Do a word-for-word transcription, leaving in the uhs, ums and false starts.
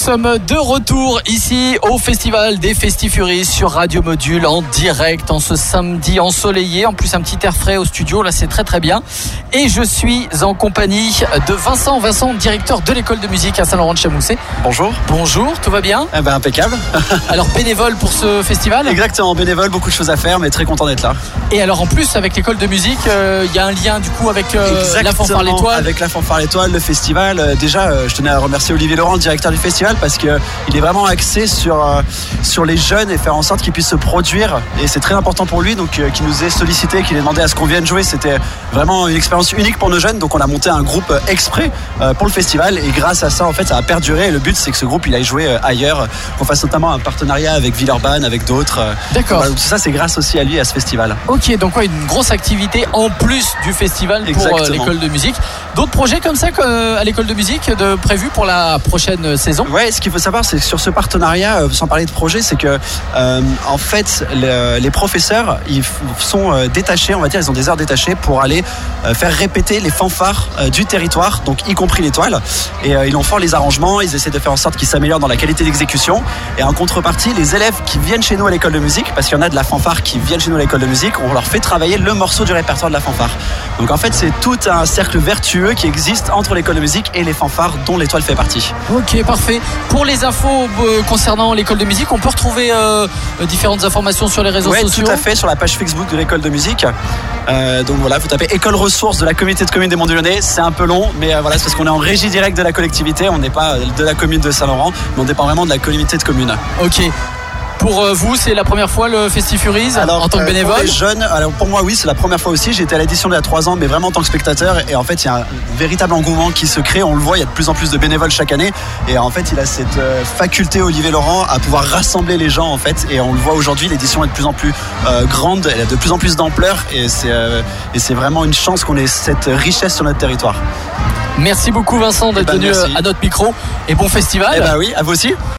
sommes de retour ici au Festival des Festifuries sur Radio Module en direct en ce samedi ensoleillé. En plus, un petit air frais au studio, là c'est très très bien. Et je suis en compagnie de Vincent. Vincent, directeur de l'école de musique à Saint-Laurent-de-Chamousset. Bonjour. Bonjour, tout va bien? Eh ben, impeccable. Alors bénévole pour ce festival? Exactement, bénévole, beaucoup de choses à faire, mais très content d'être là. Et alors en plus, avec l'école de musique, il euh, y a un lien du coup avec euh, la Fanfare l'Étoile. Avec la Fanfare l'Étoile, le festival. Euh, déjà, euh, je tenais à remercier Olivier Laurent, le directeur du festival, parce qu'il est vraiment axé sur, euh, sur les jeunes et faire en sorte qu'ils puissent se produire. Et c'est très important pour lui, donc euh, qu'il nous ait sollicité, qu'il ait demandé à ce qu'on vienne jouer. C'était vraiment une expérience unique pour nos jeunes. Donc on a monté un groupe exprès euh, pour le festival. Et grâce à ça, en fait, ça a perduré. Et le but, c'est que ce groupe, il aille jouer euh, ailleurs, qu'on fasse notamment un partenariat avec Villeurbanne, avec d'autres. Euh, D'accord. Voilà, tout ça, c'est grâce aussi à lui et à ce festival. Ok, donc ouais, une grosse activité en plus du festival pour euh, l'école de musique. D'autres projets comme ça à l'école de musique de prévus pour la prochaine saison? Ouais, ce qu'il faut savoir, c'est que sur ce partenariat, euh, sans parler de projet, c'est que euh, en fait, le, les professeurs, ils sont euh, détachés, on va dire, ils ont des heures détachées pour aller euh, faire répéter les fanfares euh, du territoire, donc y compris l'Étoile. Et euh, ils en font les arrangements, ils essaient de faire en sorte qu'ils s'améliorent dans la qualité d'exécution. Et en contrepartie, les élèves qui viennent chez nous à l'école de musique, parce qu'il y en a de la fanfare qui viennent chez nous à l'école de musique, on leur fait travailler le morceau du répertoire de la fanfare. Donc en fait, c'est tout un cercle vertueux qui existe entre l'école de musique et les fanfares dont l'Étoile fait partie. Ok, parfait. Pour les infos euh, concernant l'école de musique, on peut retrouver euh, différentes informations sur les réseaux ouais, sociaux? Tout à fait, sur la page Facebook de l'école de musique. Euh, donc voilà, vous tapez école ressources de la communauté de communes des Monts du Lyonnais. C'est un peu long, mais euh, voilà, c'est parce qu'on est en régie directe de la collectivité. On n'est pas de la commune de Saint-Laurent, mais on dépend vraiment de la communauté de communes. Ok. Pour vous, c'est la première fois le Festifuries en tant que bénévole? Pour les jeunes, alors pour moi oui, c'est la première fois aussi. J'ai été à l'édition il y a trois ans, mais vraiment en tant que spectateur. Et en fait, il y a un véritable engouement qui se crée. On le voit, il y a de plus en plus de bénévoles chaque année. Et en fait, il a cette faculté, Olivier Laurent, à pouvoir rassembler les gens en fait. Et on le voit aujourd'hui, l'édition est de plus en plus euh, grande, elle a de plus en plus d'ampleur. Et c'est, euh, et c'est vraiment une chance qu'on ait cette richesse sur notre territoire. Merci beaucoup Vincent d'être ben, venu merci. à notre micro et bon festival. Eh ben oui, à vous aussi.